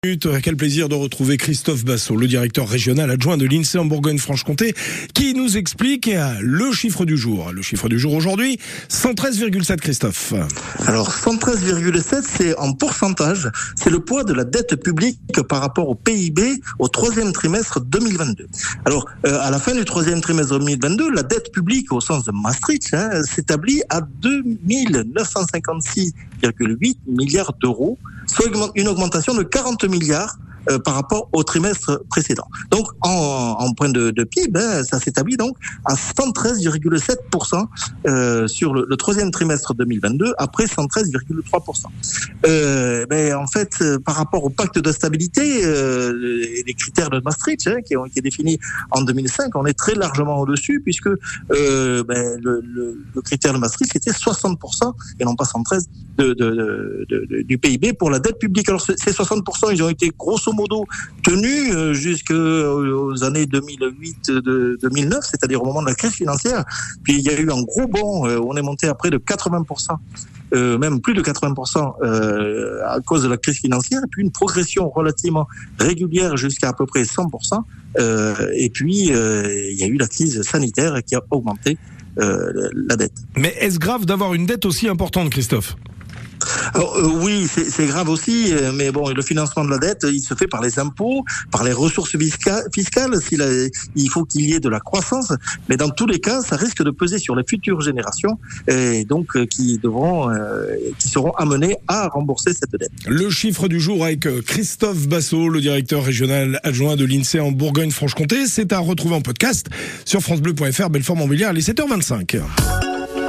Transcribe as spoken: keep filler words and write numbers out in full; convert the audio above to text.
Quel plaisir de retrouver Christophe Bassot, le directeur régional adjoint de l'INSEE en Bourgogne-Franche-Comté, qui nous explique le chiffre du jour. Le chiffre du jour aujourd'hui, cent treize virgule sept, Christophe. Alors, cent treize virgule sept, c'est en pourcentage, c'est le poids de la dette publique par rapport au P I B au troisième trimestre deux mille vingt-deux. Alors, euh, à la fin du troisième trimestre deux mille vingt-deux, la dette publique au sens de Maastricht hein, s'établit à deux mille neuf cent cinquante-six virgule huit milliards d'euros, soit une augmentation de quarante milliards euh, par rapport au trimestre précédent. Donc, en, en point de, de P I B, ben, ça s'établit donc à cent treize virgule sept pour cent euh, sur le, le troisième trimestre deux mille vingt-deux, après cent treize virgule trois pour cent. Euh, ben, en fait, euh, par rapport au pacte de stabilité euh, et les critères de Maastricht hein, qui ont été définis en deux mille cinq, on est très largement au-dessus puisque euh, ben, le, le, le critère de Maastricht c'était soixante pour cent et non pas cent treize de, de, de, de, de, du P I B pour la dette publique. Alors ces soixante pour cent, ils ont été grosso modo tenus euh, jusqu'aux années deux mille huit deux mille neuf, c'est-à-dire au moment de la crise financière. Puis il y a eu un gros bond, euh, on est monté à près de quatre-vingts pour cent. Euh, même plus de quatre-vingts pour cent euh, à cause de la crise financière, et puis une progression relativement régulière jusqu'à à peu près cent pour cent. Euh, et puis, euh, il y a eu la crise sanitaire qui a augmenté euh, la dette. Mais est-ce grave d'avoir une dette aussi importante, Christophe ? Alors, euh, oui, c'est, c'est grave aussi, mais bon, le financement de la dette, il se fait par les impôts, par les ressources fiscales. fiscales s'il a, il faut qu'il y ait de la croissance, mais dans tous les cas, ça risque de peser sur les futures générations, et donc euh, qui devront, euh, qui seront amenées à rembourser cette dette. Le chiffre du jour avec Christophe Bassot, le directeur régional adjoint de l'INSEE en Bourgogne-Franche-Comté, c'est à retrouver en podcast sur francebleu point fr. Belfort Montbéliard, il est sept heures vingt-cinq.